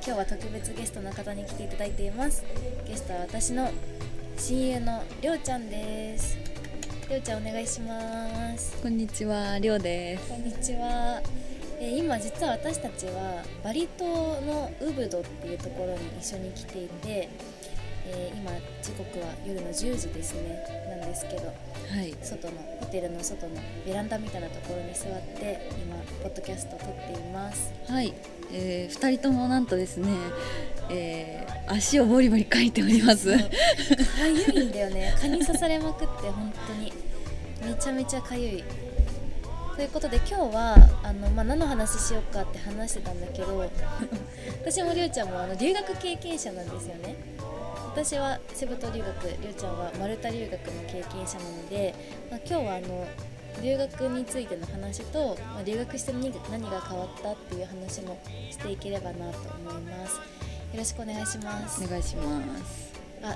今日は特別ゲストの方に来ていただいています。ゲストは私の親友のりょうちゃんです。りょうちゃんお願いします。 こんにちは、りょうです。 こんにちは。今実は私たちはバリ島のウブドっていうところに一緒に来ていて、今時刻は夜の10時ですねなんですけど、 はい、 ホテルの外のベランダみたいなところに座って今ポッドキャストを撮っています。 はい、2人ともなんとですね、足をボリボリかいております。 かゆいんだよね。蚊に刺されまくって本当にめちゃめちゃかゆいということで、今日は何の話しようかって話してたんだけど私もりょうちゃんも留学経験者なんですよね。私はセブ島留学、りょうちゃんはマルタ留学の経験者なので、今日は留学についての話と、留学して何が変わったっていう話もしていければなと思います。よろしくお願いします。 お願いします。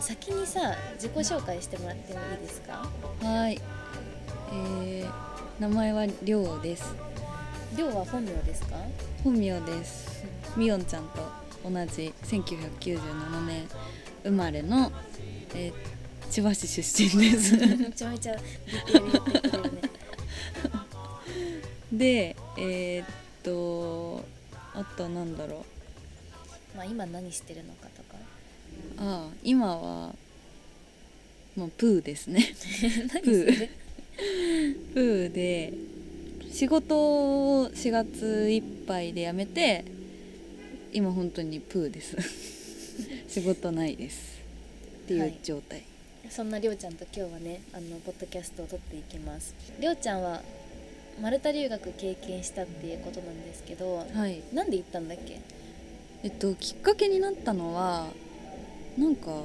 先にさ、自己紹介してもらってもいいですか？ はい、名前はりょうです。 りょうは本名ですか？ 本名です。みおんちゃんと同じ1997年生まれの、千葉市出身ですめちゃめちゃディテール言ってくれるねで、あとなんだろう、 今何してるのかとか。 今は、プーですねプーで仕事を4月いっぱいで辞めて、今本当にプーです仕事ないですっていう状態、 そんなりょうちゃんと今日はねポッドキャストを撮っていきます。りょうちゃんはマルタ留学経験したっていうことなんですけど、 はい、 なんで行ったんだっけ？ きっかけになったのはなんか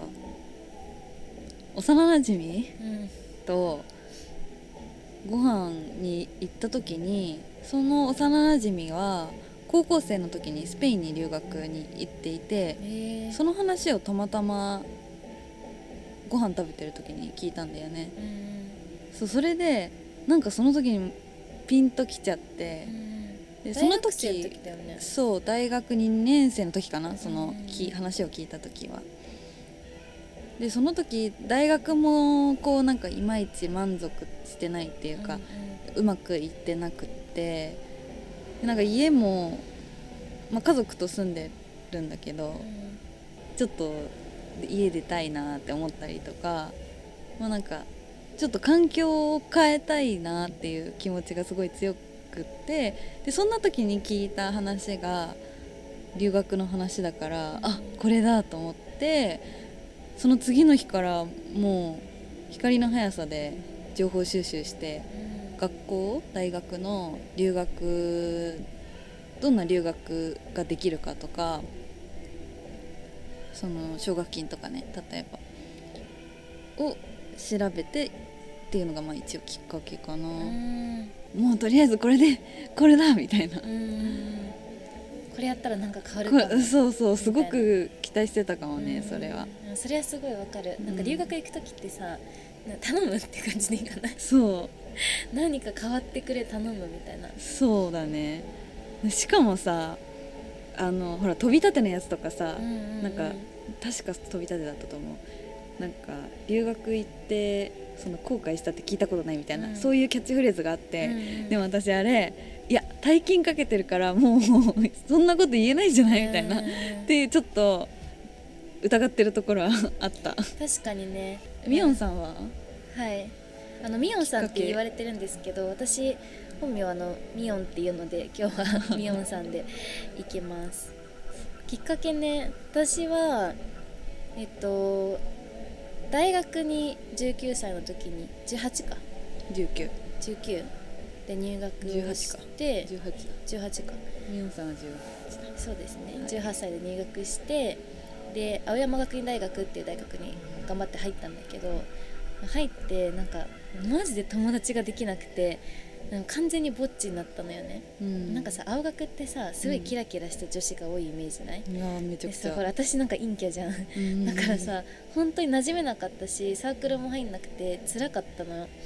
幼なじみとご飯に行った時に、その幼なじみは高校生の時にスペインに留学に行っていて、その話をたまたまご飯食べてる時に聞いたんだよね。それでなんかその時にピンときちゃって、でその時、 大学生の時だよね。 そう大学2年生の時かな、その話を聞いた時は。でその時大学もこうなんかいまいち満足してないっていうか、うまくいってなくって、なんか家も、家族と住んでるんだけど、ちょっと家出たいなって思ったりとか、なんかちょっと環境を変えたいなっていう気持ちがすごい強くって、でそんな時に聞いた話が留学の話だから、これだと思って、その次の日からもう光の速さで情報収集して、大学の留学、どんな留学ができるかとか、その奨学金とかね、例えばを調べてっていうのが一応きっかけかな。もうとりあえずこれだみたいな、 これやったらなんか変わるかも。 そうすごく期待してたかもね。それはすごいわかる。なんか留学行く時ってさ、頼むって感じでいいかな。 そう何か変わってくれ頼むみたいな。 そうだね。しかもさ、ほら飛び立てのやつとかさ、なんか確か飛び立てだったと思う。なんか留学行ってその後悔したって聞いたことないみたいな、そういうキャッチフレーズがあって、でも私あれ、いや大金かけてるからもうそんなこと言えないじゃないみたいな、っていうちょっと疑ってるところはあった。 確かにね。 みおんさんは？ はい、みおんさんって言われてるんですけど、私本名みおんっていうので今日はみおんさんでいきますきっかけね、私は大学に19歳の時に18か 19 で入学して18か。 みおんさんは18だ。 そうですね、18歳で入学して、で青山学院大学っていう大学に頑張って入ったんだけど、入ってなんかマジで友達ができなくて、なんか完全にぼっちになったのよね、なんかさ青学ってさすごいキラキラした女子が多いイメージない？ いやめちゃくちゃ。 ほら私なんか陰キャじゃん、だからさ本当に馴染めなかったし、サークルも入んなくて辛かったのよ。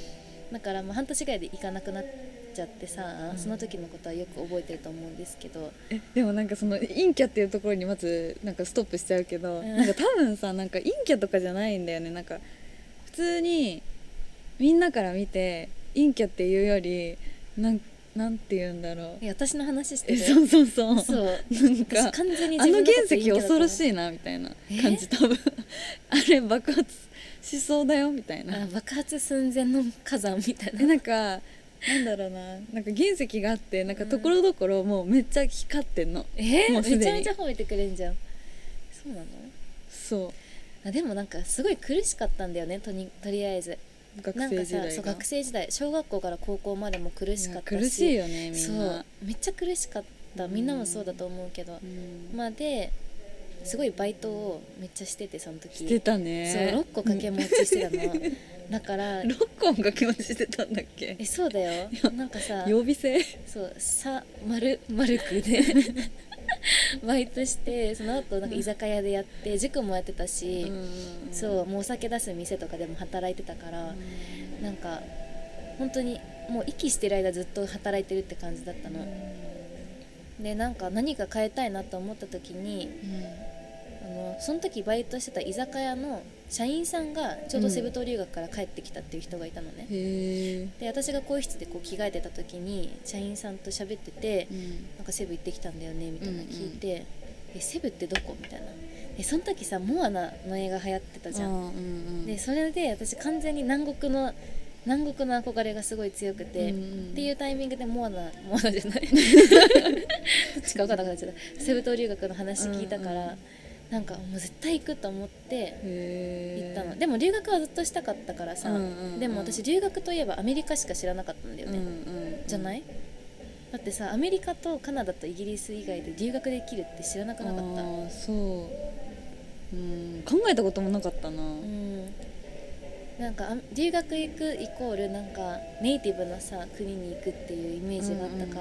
だからまあ半年ぐらいで行かなくなっちゃってさ、その時のことはよく覚えてると思うんですけど、 でもなんかその陰キャっていうところにまずなんかストップしちゃうけど、なんか多分さ、なんか陰キャとかじゃないんだよね。なんか普通にみんなから見て陰キャっていうよりなんて言うんだろう。 私の話してる。 そうそうそう。 そうなんか完全にあの自分のこと原石恐ろしいいなみたいな感じ、多分あれ爆発しそうだよみたいな。 爆発寸前の火山みたいな。 なんかなんだろうな、なんか原石があって、なんかところどころもうめっちゃ光ってんの。もうすでにめちゃめちゃ褒めてくれんじゃん。そうなの？ そうでもなんかすごい苦しかったんだよね、とりあえず。 学生時代が。 そう学生時代、小学校から高校までも苦しかったし、 苦しいよねみんな。 そうめっちゃ苦しかった。みんなもそうだと思うけど、まあですごいバイトをめっちゃしてて、その時してたね。 そう6個掛け持ちしてたのだから 6個も掛け持ちしてたんだっけ？ そうだよ。なんかさ、 曜日制？ そう丸くでバイトして、その後なんか居酒屋でやって塾もやってたし、そうもうお酒出す店とかでも働いてたから、なんか本当にもう息してる間ずっと働いてるって感じだったの。でなんか何か変えたいなと思った時に、その時バイトしてた居酒屋の社員さんがちょうどセブ島留学から帰ってきたっていう人がいたのね、で私が更衣室でこう着替えてた時に社員さんと喋ってて、なんかセブ行ってきたんだよねみたいな聞いて、セブってどこみたいな。その時さモアナの映画流行ってたじゃん、でそれで私完全に南国の憧れがすごい強くて、っていうタイミングでモアナじゃないどっちか分かんなくなっちゃった。セブ島留学の話聞いたから、なんかもう絶対行くと思って行ったの。でも留学はずっとしたかったからさ、でも私留学といえばアメリカしか知らなかったんだよね、じゃない？だってさ、アメリカとカナダとイギリス以外で留学できるって知らなくなかった？ そう、考えたこともなかったな。 なんか留学行くイコールなんかネイティブなさ国に行くっていうイメージがあったから、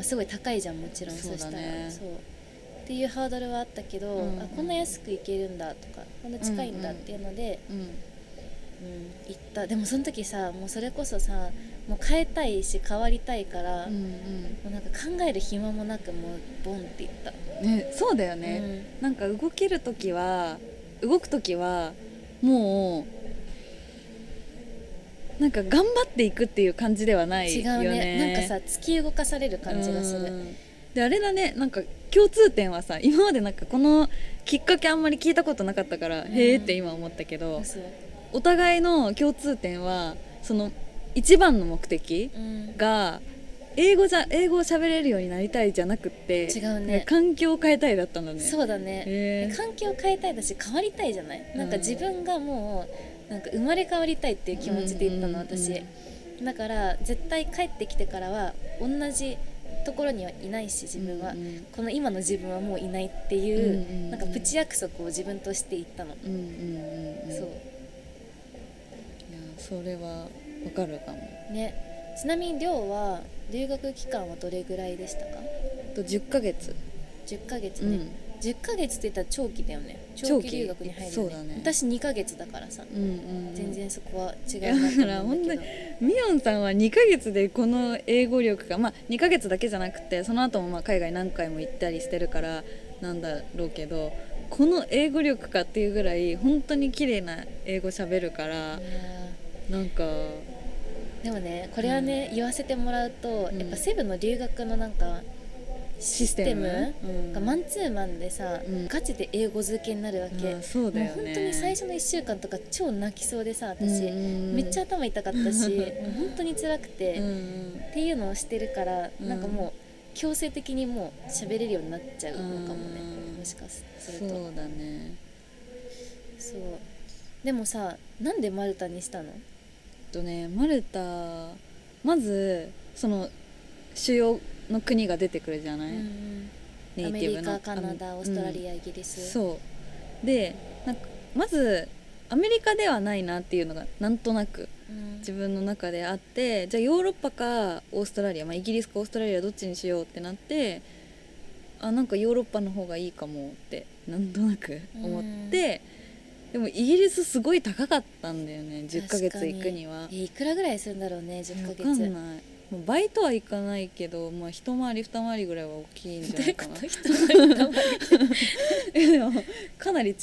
すごい高いじゃん、もちろん。そしたらそうっていうハードルはあったけど、こんな安く行けるんだとか、こんな近いんだっていうので、行った。でもその時さ、もうそれこそさ、もう変えたいし変わりたいから、もうなんか考える暇もなくもうボンっていった、 ね。そうだよね、なんか動く時はもうなんか頑張っていくっていう感じではないよね。 違うね、なんかさ突き動かされる感じがする。 であれだね、なんか共通点はさ、今までなんかこのきっかけあんまり聞いたことなかったから、へーって今思ったけど、お互いの共通点はその一番の目的が、英語を喋れるようになりたいじゃなくて、 違うね、 環境を変えたいだったんだね。 そうだね、環境を変えたいだし変わりたいじゃない、なんか自分がもうなんか生まれ変わりたいっていう気持ちで言ったの、私。だから絶対帰ってきてからは同じところにはいないし、自分は、この今の自分はもういないっていう、なんかプチ約束を自分として言ったの。そう、いやそれはわかるかもね。ちなみに寮は留学期間はどれぐらいでしたか ？10ヶ月。 10ヶ月ね、10ヶ月って言ったら長期だよね。長期留学に入るよね。 そうだね。 私2ヶ月だからさ、全然そこは違うなと思うんだけど。だから本当にミヨンさんは2ヶ月でこの英語力が、2ヶ月だけじゃなくてその後も海外何回も行ったりしてるからなんだろうけど、この英語力かっていうぐらい本当に綺麗な英語喋るから、なんかでもね、これはね、言わせてもらうと、やっぱセブの留学のなんかシステムがマンツーマンでさ、ガチで英語漬けになるわけ。 そうだよね。 もう本当に最初の1週間とか超泣きそうでさ、私めっちゃ頭痛かったし本当に辛くて、っていうのをしてるから、なんかもう強制的にもう喋れるようになっちゃうのかもね、もしかすると。 そうだね。 そうでもさ、なんでマルタにしたの？ マルタ、まずその主要の国が出てくるじゃない、ネイティブの。 アメリカ、カナダ、オーストラリア、イギリス。 そうで、なんかまずアメリカではないなっていうのがなんとなく自分の中であって、じゃあヨーロッパかオーストラリア、イギリスかオーストラリアどっちにしようってなって、なんかヨーロッパの方がいいかもってなんとなく思って、 でもイギリスすごい高かったんだよね、10ヶ月行くには。 いくらぐらいするんだろうね、10ヶ月。 分かんない、もうバイトは行かないけど、まあ、一回り二回りぐらいは大きいんじゃないかな。でもかなり違って、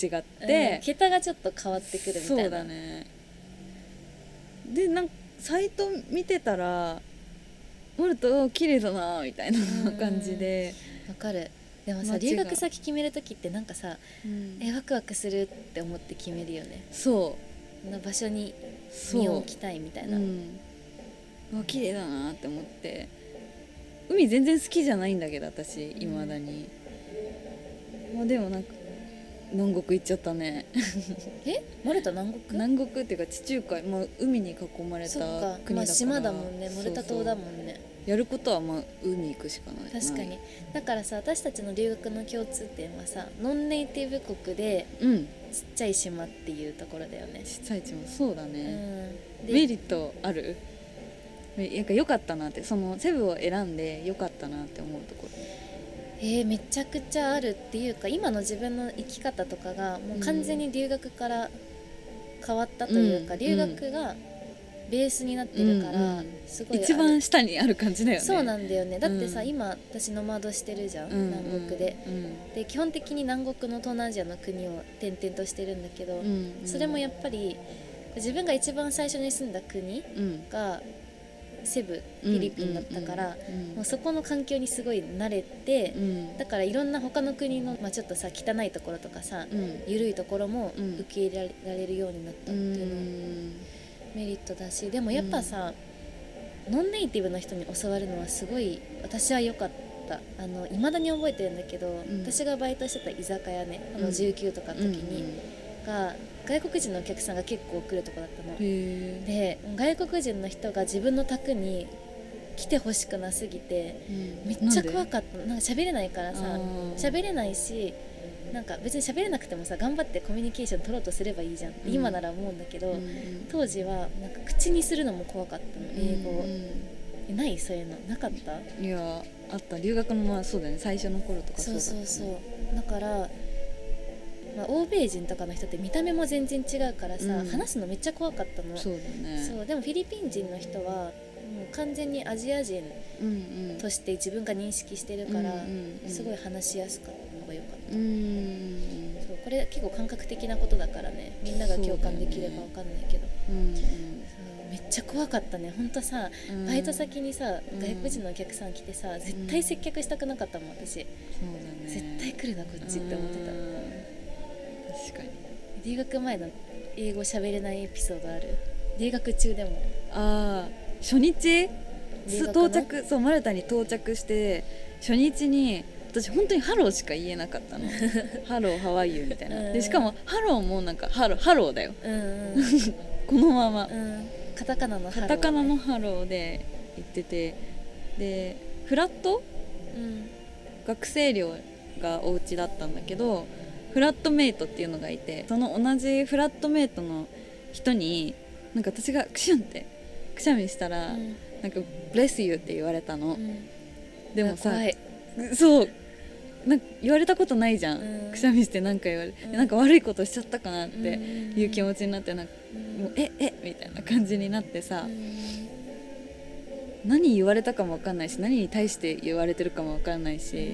桁がちょっと変わってくるみたいな。 そうだね。でなんかサイト見てたらモルト綺麗だなみたいな感じで。 わかる。でもさ、留学先決める時ってなんかさ、ワクワクするって思って決めるよね。そうな場所に身を置きたいみたいな。 綺麗だなって思って。海全然好きじゃないんだけど私いまだに、まあ、でもなんか南国行っちゃったね。 マルタ南国？ 南国っていうか地中海、まあ、海に囲まれた国だから、 まあ、島だもんね、マルタ島だもんね。 やることはまあ海行くしかない。 確かに。だからさ、私たちの留学の共通点はさ、ノンネイティブ国でちっちゃい島っていうところだよね。 ちっちゃい島、そうだね、メリットある？なんか良かったなって、そのセブを選んで良かったなって思うところ。 めちゃくちゃあるっていうか、今の自分の生き方とかがもう完全に留学から変わったというか、留学がベースになってるから、すごい一番下にある感じだよね。 そうなんだよね。だってさ、今私ノマドしてるじゃん、南国で、で基本的に南国の東南アジアの国を転々としてるんだけど、それもやっぱり自分が一番最初に住んだ国がセブ、フィリピンだったから、もうそこの環境にすごい慣れて、だからいろんな他の国の、まあ、ちょっとさ汚いところとかさ、緩いところも受け入れられるようになったっていうのもメリットだし、でもやっぱさ、ノンネイティブの人に教わるのはすごい私は良かった。未だに覚えてるんだけど、私がバイトしてた居酒屋ね、19とかの時に、が外国人のお客さんが結構来るとこだったので、外国人の人が自分の宅に来てほしくなすぎて、めっちゃ怖かったの。なんか喋れないからさ、喋れないし、なんか別に喋れなくてもさ、頑張ってコミュニケーション取ろうとすればいいじゃんって、今なら思うんだけど、当時はなんか口にするのも怖かったの、英語を。ない？そういうのなかった？ いやあった。留学の、まあそうだね、最初の頃とかそうだったね。 そうだから、まあ、欧米人とかの人って見た目も全然違うからさ、話すのめっちゃ怖かったの。そうだね。そうでもフィリピン人の人はもう完全にアジア人として自分が認識してるから、すごい話しやすかったのが良かった。そうこれ結構感覚的なことだからね、みんなが共感できれば分かんないけど、めっちゃ怖かったね。ほんとさ、バイト先にさ、外国人のお客さん来てさ、絶対接客したくなかったもん私。そうだね、絶対来るなこっちって思ってた。確かに。留学前の英語喋れないエピソードある？留学中でも。初日到着、そうマルタに到着して初日に私本当にハローしか言えなかったの。ハローハワイユーみたいな。でしかもハローもなんかハローだよ。このまま。カタカナのハロー、カタカナのハローで言ってて、でフラット、学生寮がお家だったんだけど、フラットメイトっていうのがいて、その同じフラットメイトの人になんか私がクシュンってくしゃみしたら、なんかブレスユーって言われたの。でもさ、そうなんか言われたことないじゃん、くしゃみしてなんか言われて、なんか悪いことしちゃったかなっていう気持ちになって、なんかもうみたいな感じになってさ、何言われたかも分かんないし、何に対して言われてるかも分かんないし、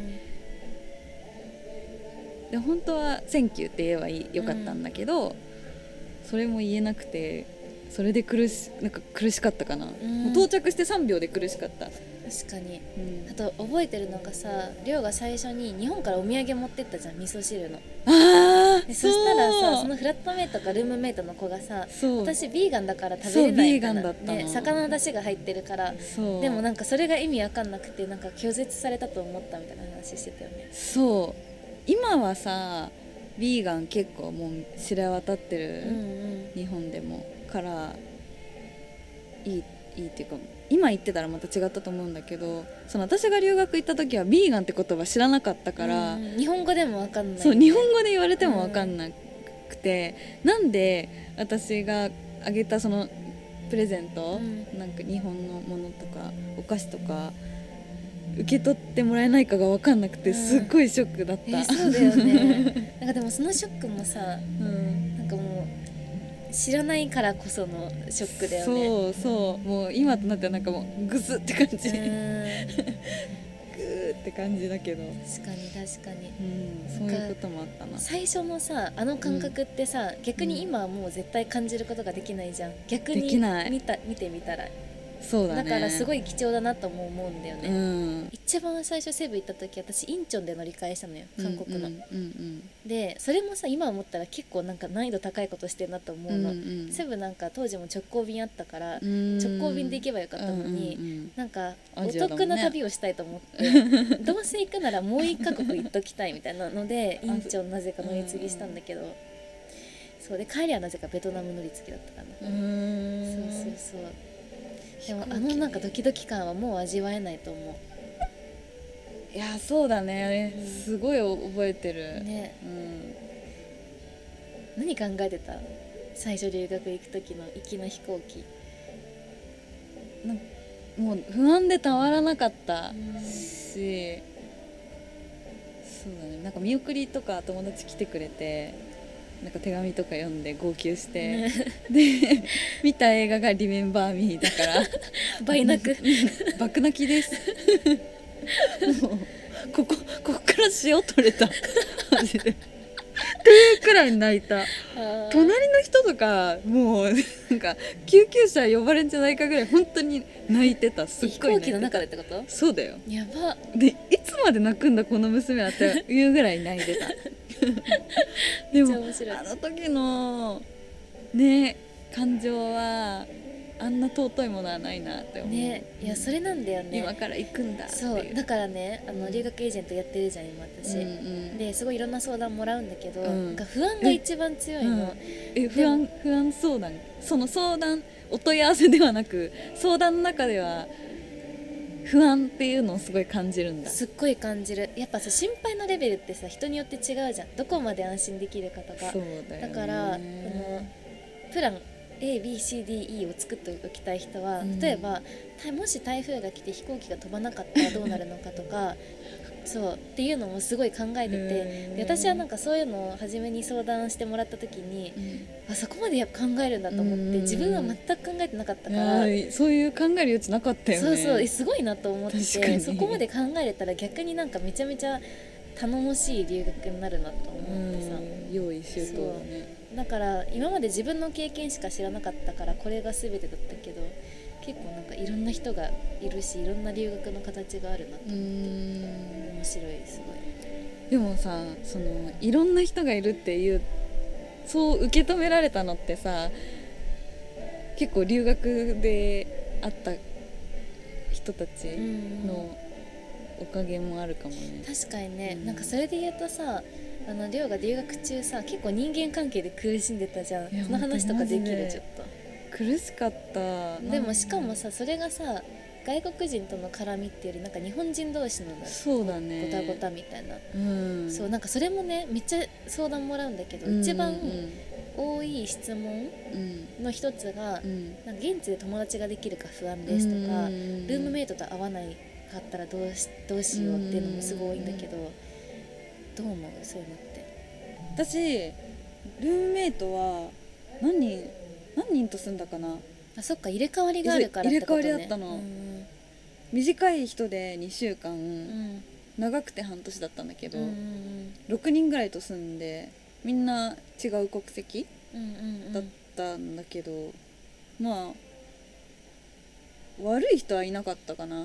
で本当は「センキュー」って言えばよかったんだけど、それも言えなくて、それでなんか苦しかったかな、もう到着して3秒で苦しかった。確かに、あと覚えてるのがさ、りょうが最初に日本からお土産持ってったじゃん、味噌汁の。でそしたらさ、そのフラットメイトかルームメイトの子がさ、私ビーガンだから食べれないみたいな、ね、魚の出汁が入ってるから、でもなんかそれが意味わかんなくて、なんか拒絶されたと思ったみたいな話してたよね。そう今はさビーガン結構もう知れ渡ってる、日本でもからいいっていうか、今言ってたらまた違ったと思うんだけど、その私が留学行った時はビーガンって言葉知らなかったから、日本語でも分かんない、ね、そう日本語で言われても分かんなくて、なんで私があげたそのプレゼント、なんか日本のものとかお菓子とか受け取ってもらえないかが分かんなくて、すっごいショックだった、そうだよね。なんかでもそのショックもさ、なんかもう知らないからこそのショックだよね。 そうそう、もう今となってはなんかもうグスって感じ、グうんーって感じだけど、 確かに確かに。 そういうこともあったな。 最初のさあの感覚ってさ、逆に今はもう絶対感じることができないじゃん。逆にできない見てみたら、 そうだね。 だからすごい貴重だなとも思うんだよね、 うん一番最初セブ行った時私インチョンで乗り換えしたのよ、韓国の、 うんでそれもさ今思ったら結構なんか難易度高いことしてるなと思うの、セブなんか当時も直行便あったから、直行便で行けばよかったのに、なんかお得な旅をしたいと思って、どうせ行くならもう一カ国行っときたいみたいなのでインチョンなぜか乗り継ぎしたんだけど、そうで帰りはなぜかベトナム乗り継ぎだったかな。そうそうそう。でもなんかドキドキ感はもう味わえないと思う。 いやそうだね、すごい覚えてるね、何考えてた最初留学行く時の行きの飛行機。 もう不安でたまらなかったし、そうだね、なんか見送りとか友達来てくれてなんか手紙とか読んで号泣して、で見た映画がリメンバーミーだから倍泣く爆泣きですもうこっから塩取れたマジでっていうくらい泣いた。隣の人とかもうなんか救急車呼ばれんじゃないかぐらい本当に泣いてた。すっごい泣いてた。 飛行機の中でってこと？ そうだよ。 やば。 でいつまで泣くんだこの娘はっていうぐらい泣いてたでもあの時のね感情はあんな尊いものはないなって思うね。いやそれなんだよね、 今から行くんだっていう。 そうだからね留学エージェントやってるじゃん今私、ですごいいろんな相談もらうんだけど、なんか不安が一番強いの、 不安相談、その相談お問い合わせではなく相談の中では不安っていうのをすごい感じるんだ。 すっごい感じる。やっぱさ心配のレベルってさ人によって違うじゃん、どこまで安心できるかとか。 そうだよね。 だからプラン ABCDE を作っておきたい人は、例えばもし台風が来て飛行機が飛ばなかったらどうなるのかとかそうっていうのもすごい考えてて、で私はなんかそういうのを初めに相談してもらった時に、そこまでやっぱ考えるんだと思って、自分は全く考えてなかったから、 そういう考える余地なかったよね。 そうすごいなと思って、そこまで考えれたら逆になんかめちゃめちゃ頼もしい留学になるなと思ってさ、 用意周到だね。 だから今まで自分の経験しか知らなかったからこれが全てだったけど、結構なんかいろんな人がいるしいろんな留学の形があるなと思って面白い。すごい。 でもさそのいろんな人がいるっていうそう受け止められたのってさ結構留学で会った人たちのおかげもあるかもね。 確かにね、なんかそれで言うとさりょうが留学中さ結構人間関係で苦しんでたじゃん。その話とかできる？ちょっと苦しかった。 でもしかもさそれがさ外国人との絡みっていうよりなんか日本人同士のそうだねごたごたみたいな、そうなんかそれもねめっちゃ相談もらうんだけど、一番多い質問の一つが、なんか現地で友達ができるか不安ですとか、ルームメイトと会わないかったらどうしようっていうのもすごい多いんだけど、どう思うそういうのって？ 私ルームメイトは何人と住んだかな。 あ、そっか入れ替わりがあるからってことね。 入れ替わりだったの、短い人で2週間、長くて半年だったんだけど、6人ぐらいと住んでみんな違う国籍、だったんだけど、まあ悪い人はいなかったかな。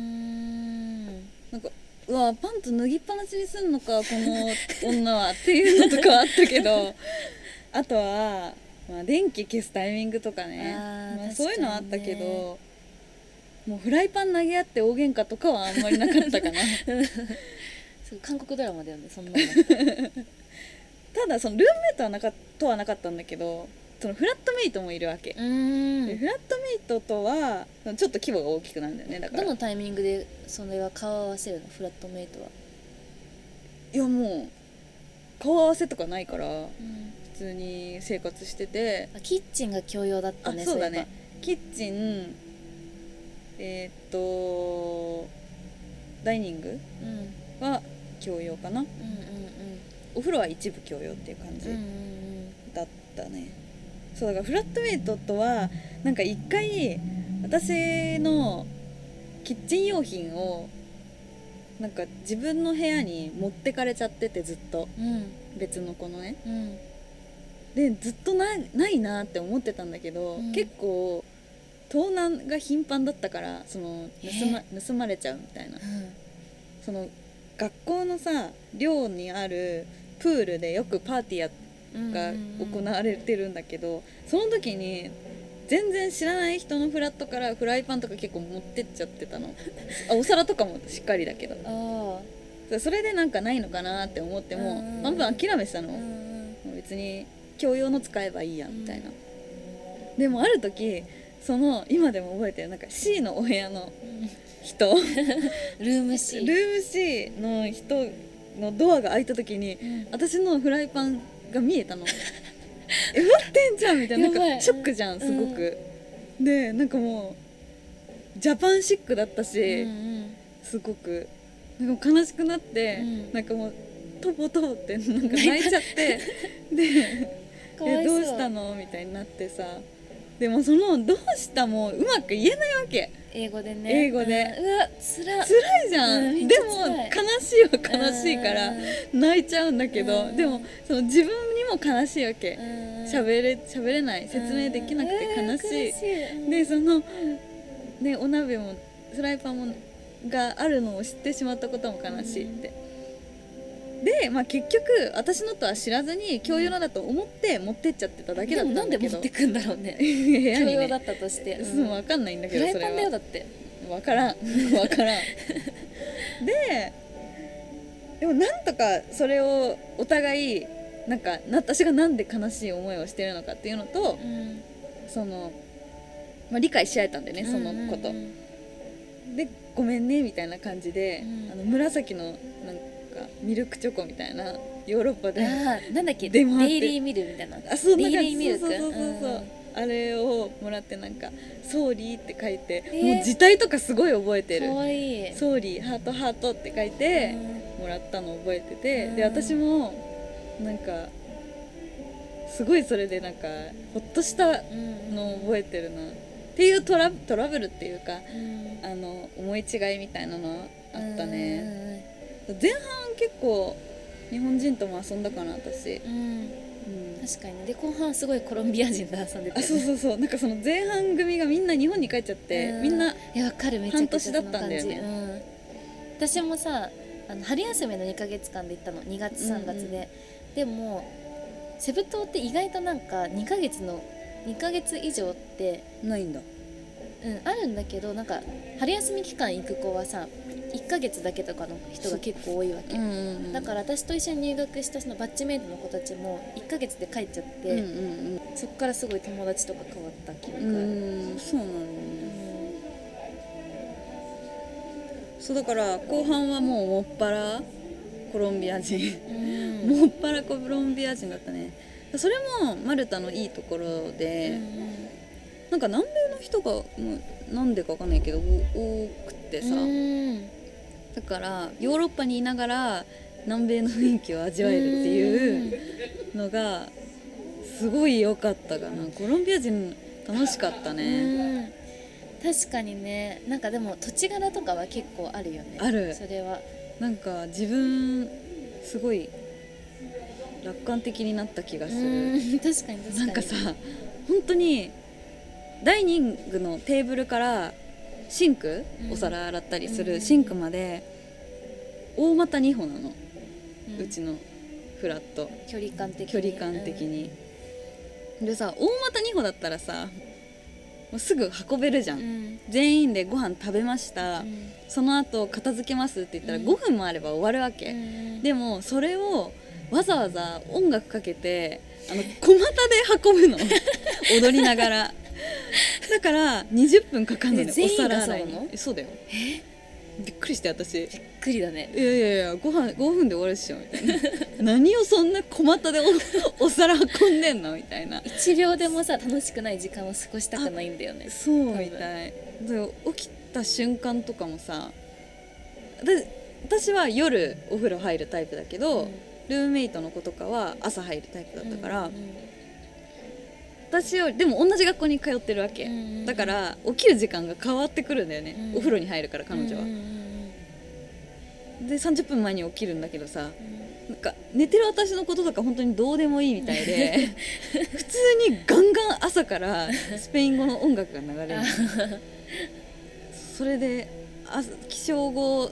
なんかうわパンツ脱ぎっぱなしにすんのかこの女はっていうのとかはあったけどあとは、まあ、電気消すタイミングとかね、そういうのはあったけど、もうフライパン投げ合って大喧嘩とかはあんまりなかったかな韓国ドラマだよねそんなのただそのルームメイトはなかったんだけど、そのフラットメイトもいるわけ。でフラットメイトとはちょっと規模が大きくなるんだよね。だからどのタイミングでそれは顔合わせるの？フラットメイトは。 いやもう顔合わせとかないから、普通に生活してて。 キッチンが共用だったね。 そうだね。キッチンダイニングは共用かな、お風呂は一部共用っていう感じだったね。 そうだからフラットメイトとはなんか一回私のキッチン用品をなんか自分の部屋に持ってかれちゃってて、ずっと別の子のね、でずっとないなって思ってたんだけど、結構盗難が頻繁だったから、その盗まれちゃうみたいな、その学校のさ寮にあるプールでよくパーティーが行われてるんだけど、その時に全然知らない人のフラットからフライパンとか結構持ってっちゃってたのお皿とかもしっかりだけど、それでなんかないのかなって思っても半分諦めてたの、別に共用の使えばいいやみたいな、でもある時その今でも覚えてる、なんか C のお部屋の人ルーム C の人のドアが開いた時に、私のフライパンが見えたの待ってんじゃんみたいな、なんかショックじゃんすごく、でなんかもうジャパンシックだったし、すごくなんか悲しくなって、なんかもうトボトボってなんか泣いちゃってでどうしたのみたいになってさ、でもそのどうしたもうまく言えないわけ、 英語でね、 英語で、 うわつらいじゃん、でも悲しいは悲しいから泣いちゃうんだけど、でもその自分にも悲しいわけ、喋れない、説明できなくて悲しい、でそのねお鍋もフライパンもがあるのを知ってしまったことも悲しいって、で、まあ、結局私のとは知らずに共用のだと思って持ってっちゃってただけだったんだけど、 でもなんで持ってくんだろうね共用だったとして、 そう分かんないんだけど、 フライパンだよだって分からんでもなんとかそれをお互いなんか私がなんで悲しい思いをしてるのかっていうのと、その、まあ、理解し合えたんでね、そのこと、でごめんねみたいな感じで、紫のなんかミルクチョコみたいなヨーロッパでなんだっけデイリーミルみたいな、 そうデイリーミルク、 そうあれをもらって、なんかソーリーって書いて、もう字体とかすごい覚えてる、 かわいい、 ソーリーハートハートって書いてもらったのを覚えてて、で私もなんかすごいそれでなんかほっとしたのを覚えてるな、っていうトラブルっていうか、思い違いみたいなのあったね、前半結構日本人とも遊んだかな私、 確かにね、で後半すごいコロンビア人と遊んでたよね、 そうなんかその前半組がみんな日本に帰っちゃって、みんなわかる、めちゃくちゃその感じ、 半年だったんだよね、 私もさ春休みの2ヶ月間で行ったの、2月3月で、でもセブ島って意外となんか2ヶ月以上ってないんだ、 あるんだけど、なんか春休み期間行く子はさ1ヶ月だけとかの人が結構多いわけ、だから私と一緒に入学したそのバッチメイトの子たちも1ヶ月で帰っちゃって、そっからすごい友達とか変わった記憶がある。 そうなのね、そうだから後半はもうもっぱらコロンビア人、もっぱらコロンビア人だったね。それもマルタのいいところで、なんか南米の人がなんでかわかんないけど多くてさ、だからヨーロッパにいながら南米の雰囲気を味わえるっていうのがすごい良かったかな。コロンビア人楽しかったね。 確かにね、なんかでも土地柄とかは結構あるよね。 ある。 それはなんか自分すごい楽観的になった気がする。 確かになんかさ、本当にダイニングのテーブルからシンク、お皿洗ったりするシンクまで大股2歩なの、うちのフラット、 距離感的に、でさ、大股2歩だったらさもうすぐ運べるじゃん、全員でご飯食べました、その後片付けますって言ったら5分もあれば終わるわけ、でもそれをわざわざ音楽かけて小股で運ぶの踊りながらだから20分かかんのね、お皿洗いに。そうだよ。びっくりして、私びっくりだね。 いや5分で終わるっしょみたいな何をそんな小股で お皿運んでんのみたいな。 1秒でもさ楽しくない時間を過ごしたくないんだよね。 そうみたいで、起きた瞬間とかもさ、私は夜お風呂入るタイプだけど、ルームメイトの子とかは朝入るタイプだったから、 私よりでも同じ学校に通ってるわけ、だから起きる時間が変わってくるんだよね、お風呂に入るから彼女は、で30分前に起きるんだけどさ、なんか寝てる私のこととか本当にどうでもいいみたいで普通にガンガン朝からスペイン語の音楽が流れるそれで起床後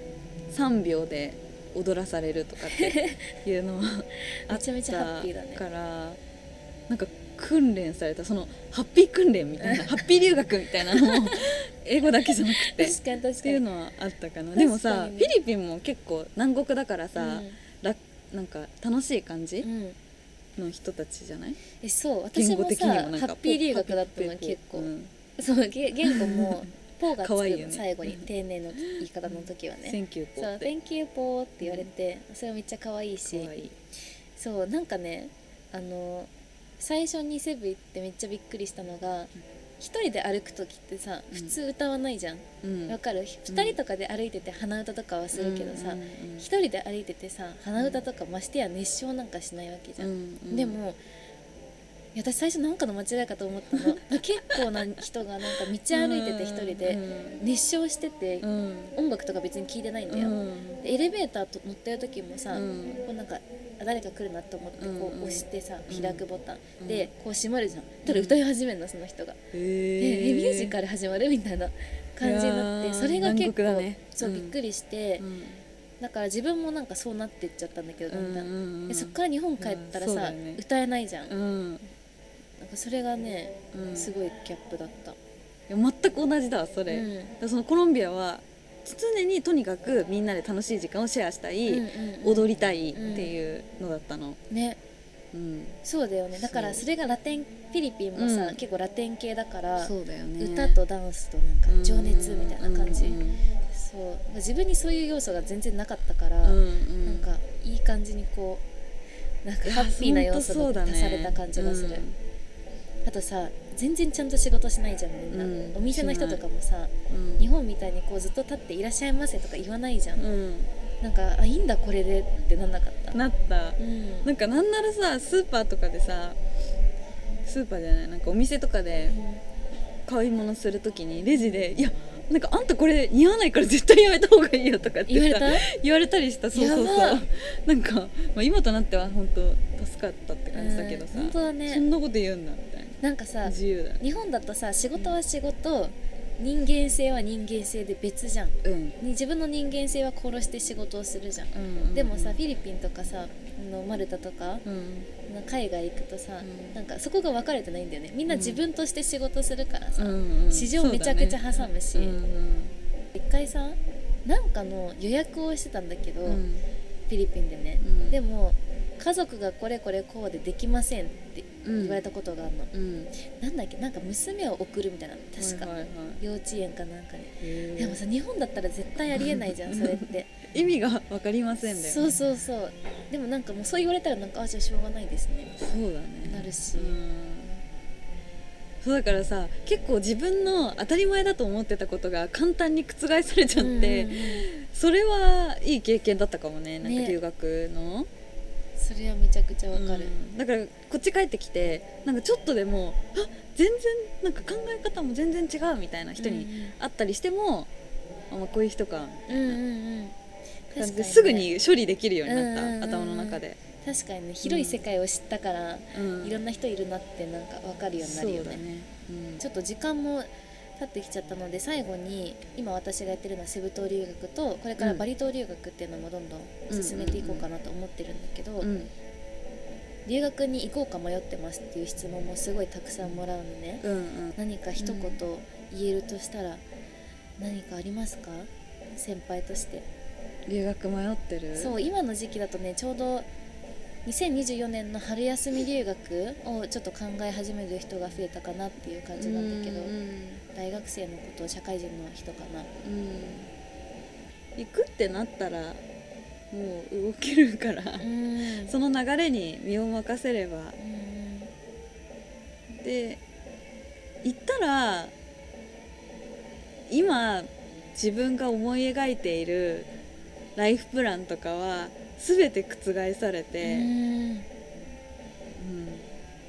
3秒で踊らされるとかっていうのはあっためちゃめちゃハッピーだねから、なんか訓練されたそのハッピー訓練みたいなハッピー留学みたいなのも英語だけじゃなくて確かに確かにっていうのはあったかな。でもさ、フィリピンも結構南国だからさ、なんか楽しい感じ、の人たちじゃない？ そう、私もさハッピー留学だったの結構、そう言語もポーがつくの、最後に丁寧の言い方の時はね、 Thank you ポーって、 Thank you ポーって言われて、それめっちゃ可愛いし、そうなんかね、最初にセブ行ってめっちゃびっくりしたのが、一人で歩く時ってさ普通歌わないじゃん、わかる？2人とかで歩いてて鼻歌とかはするけどさ、一人で歩いててさ鼻歌とかましてや熱唱なんかしないわけじゃん、でも私最初なんかの間違いかと思ったの結構な人がなんか道歩いてて一人で熱唱してて、音楽とか別に聴いてないんだよ、でエレベーターと乗ってる時もさ、こうなんか誰か来るなと思ってこう押してさ、開くボタンでこう閉まるじゃん、ただ歌い始めるのその人が、でミュージカル始まるみたいな感じになって、それが結構、そうびっくりして、だから自分もなんかそうなってっちゃったんだけど、だんだん、でそっから日本帰ったらさ、歌えないじゃん、なんかそれがね、すごいギャップだった。いや全く同じだわそれ、そのコロンビアは常にとにかくみんなで楽しい時間をシェアしたい、踊りたいっていうのだったの、ね、そうだよね。だからそれがラテン、フィリピンもさ、結構ラテン系だから、そうだよね、歌とダンスとなんか情熱みたいな感じ、そう自分にそういう要素が全然なかったから、なんかいい感じにこうなんかハッピーな要素が足された感じがする、あとさ全然ちゃんと仕事しないじゃんみんな、お店の人とかもさ、日本みたいにこうずっと立っていらっしゃいませとか言わないじゃん、なんかいいんだこれでってなんなかった？ なった、なんかなんならさスーパーとかでさ、スーパーじゃないなんかお店とかで買い物するときにレジで、いやなんかあんたこれ似合わないから絶対やめた方がいいよとかって言われたりした。そうそうそう、なんか、まあ、今となっては本当助かったって感じだけどさ、本当だね、そんなこと言うんだみたいな。 なんかさ、自由だね。日本だとさ仕事は仕事、人間性は人間性で別じゃん、自分の人間性は殺して仕事をするじゃん、でもさフィリピンとかさマルタとか、海外行くとさ、なんかそこが分かれてないんだよね。みんな自分として仕事するからさ、市場めちゃくちゃ挟むし、一回さなんかの予約をしてたんだけど、フィリピンでね、でも家族がこれこれこうでできませんって言われたことがあるの、なんだっけ、なんか娘を送るみたいな、確か、幼稚園かなんかに、でもさ日本だったら絶対ありえないじゃんそれって意味が分かりませんだよね。 そうそうそう、でもなんかもうそう言われたらなんかじゃあしょうがないですねみたいな、 そうだね、 なるし、 そうだからさ結構自分の当たり前だと思ってたことが簡単に覆されちゃって、それはいい経験だったかもね、なんか留学の、 それはめちゃくちゃわかる、 だからこっち帰ってきてなんかちょっとでも全然なんか考え方も全然違うみたいな人に会ったりしても、まあ、こういう人かみたいな感じですぐに処理できるようになった、頭の中で。 確かにね、広い世界を知ったから、いろんな人いるなってなんか分かるようになるよね。ちょっと時間も経ってきちゃったので、最後に今私がやってるのはセブ島留学とこれからバリ島留学っていうのもどんどん進めていこうかなと思ってるんだけど、留学に行こうか迷ってますっていう質問もすごいたくさんもらうのね、何か一言言えるとしたら何かありますか？先輩として。 留学迷ってる？ そう、今の時期だとね、ちょうど2024年の春休み留学をちょっと考え始める人が増えたかなっていう感じなんだけど、大学生のこと社会人の人かな、 行くってなったらもう動けるから、その流れに身を任せれば、で行ったら今自分が思い描いているライフプランとかは全て覆されて、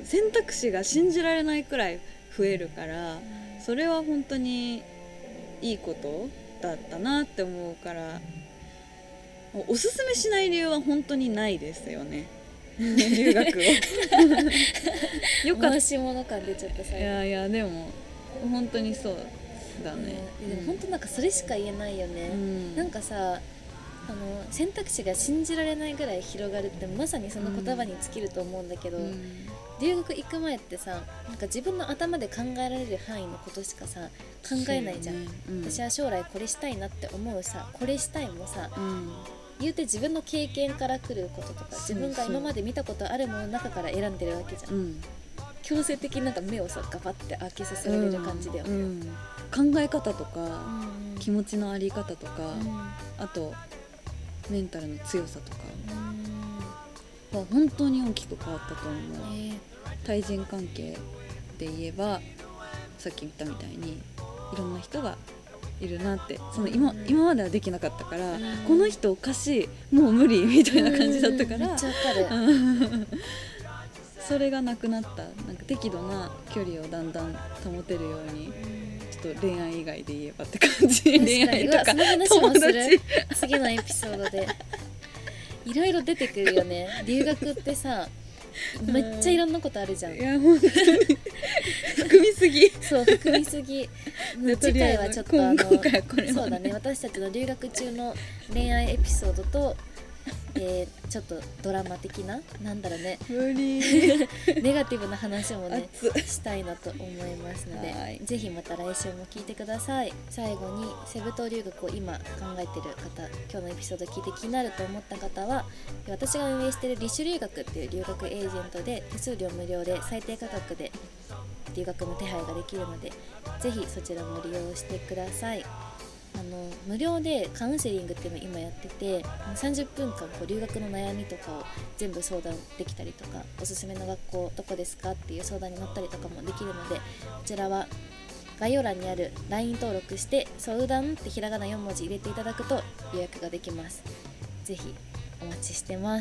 選択肢が信じられないくらい増えるから、それは本当にいいことだったなって思うから、おすすめしない理由は本当にないですよね留学をよかった。 回し物感出ちゃった最後。 いやいやでも本当にそうだね、 でも本当なんかそれしか言えないよね、なんかさ選択肢が信じられないぐらい広がるってまさにその言葉に尽きると思うんだけど、留学行く前ってさ、なんか自分の頭で考えられる範囲のことしかさ考えないじゃん、私は将来これしたいなって思うさ、これしたいもさ、言うて自分の経験から来ることとか、自分が今まで見たことあるものの中から選んでるわけじゃん、強制的になんか目をさガバって開けさせられる感じだよね、 考え方とか、気持ちのあり方とか、あとメンタルの強さとか、本当に大きく変わったと思う、対人関係で言えばさっき言ったみたいにいろんな人がいるなって、その 今まではできなかったから、この人おかしい、もう無理みたいな感じだったから、 めっちゃわかるそれがなくなった。なんか適度な距離をだんだん保てるように、ちょっと恋愛以外で言えばって感じ。恋愛とかその話もする次のエピソードでいろいろ出てくるよね。留学ってさめっちゃいろんなことあるじゃん。 いや本当に含みすぎそう含みすぎ次回はちょっと今回はこれそうだね、私たちの留学中の恋愛エピソードとちょっとドラマ的な、なんだろうね無理ネガティブな話もね熱したいなと思いますので、ぜひまた来週も聞いてください。最後にセブ島留学を今考えている方、今日のエピソード聞いて気になると思った方は、私が運営しているリシュ留学っていう留学エージェントで手数料無料で最低価格で留学の手配ができるので、ぜひそちらも利用してください。無料でカウンセリングっていうのを今やってて、30分間こう留学の悩みとかを全部相談できたりとか、おすすめの学校どこですかっていう相談に乗ったりとかもできるので、こちらは概要欄にある LINE 登録して相談ってひらがな4文字入れていただくと予約ができます。ぜひお待ちしてます。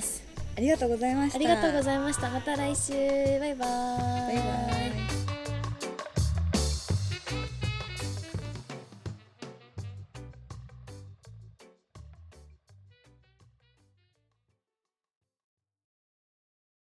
ありがとうございました。 ありがとうございました。また来週。バイバーイ。 バイバイ。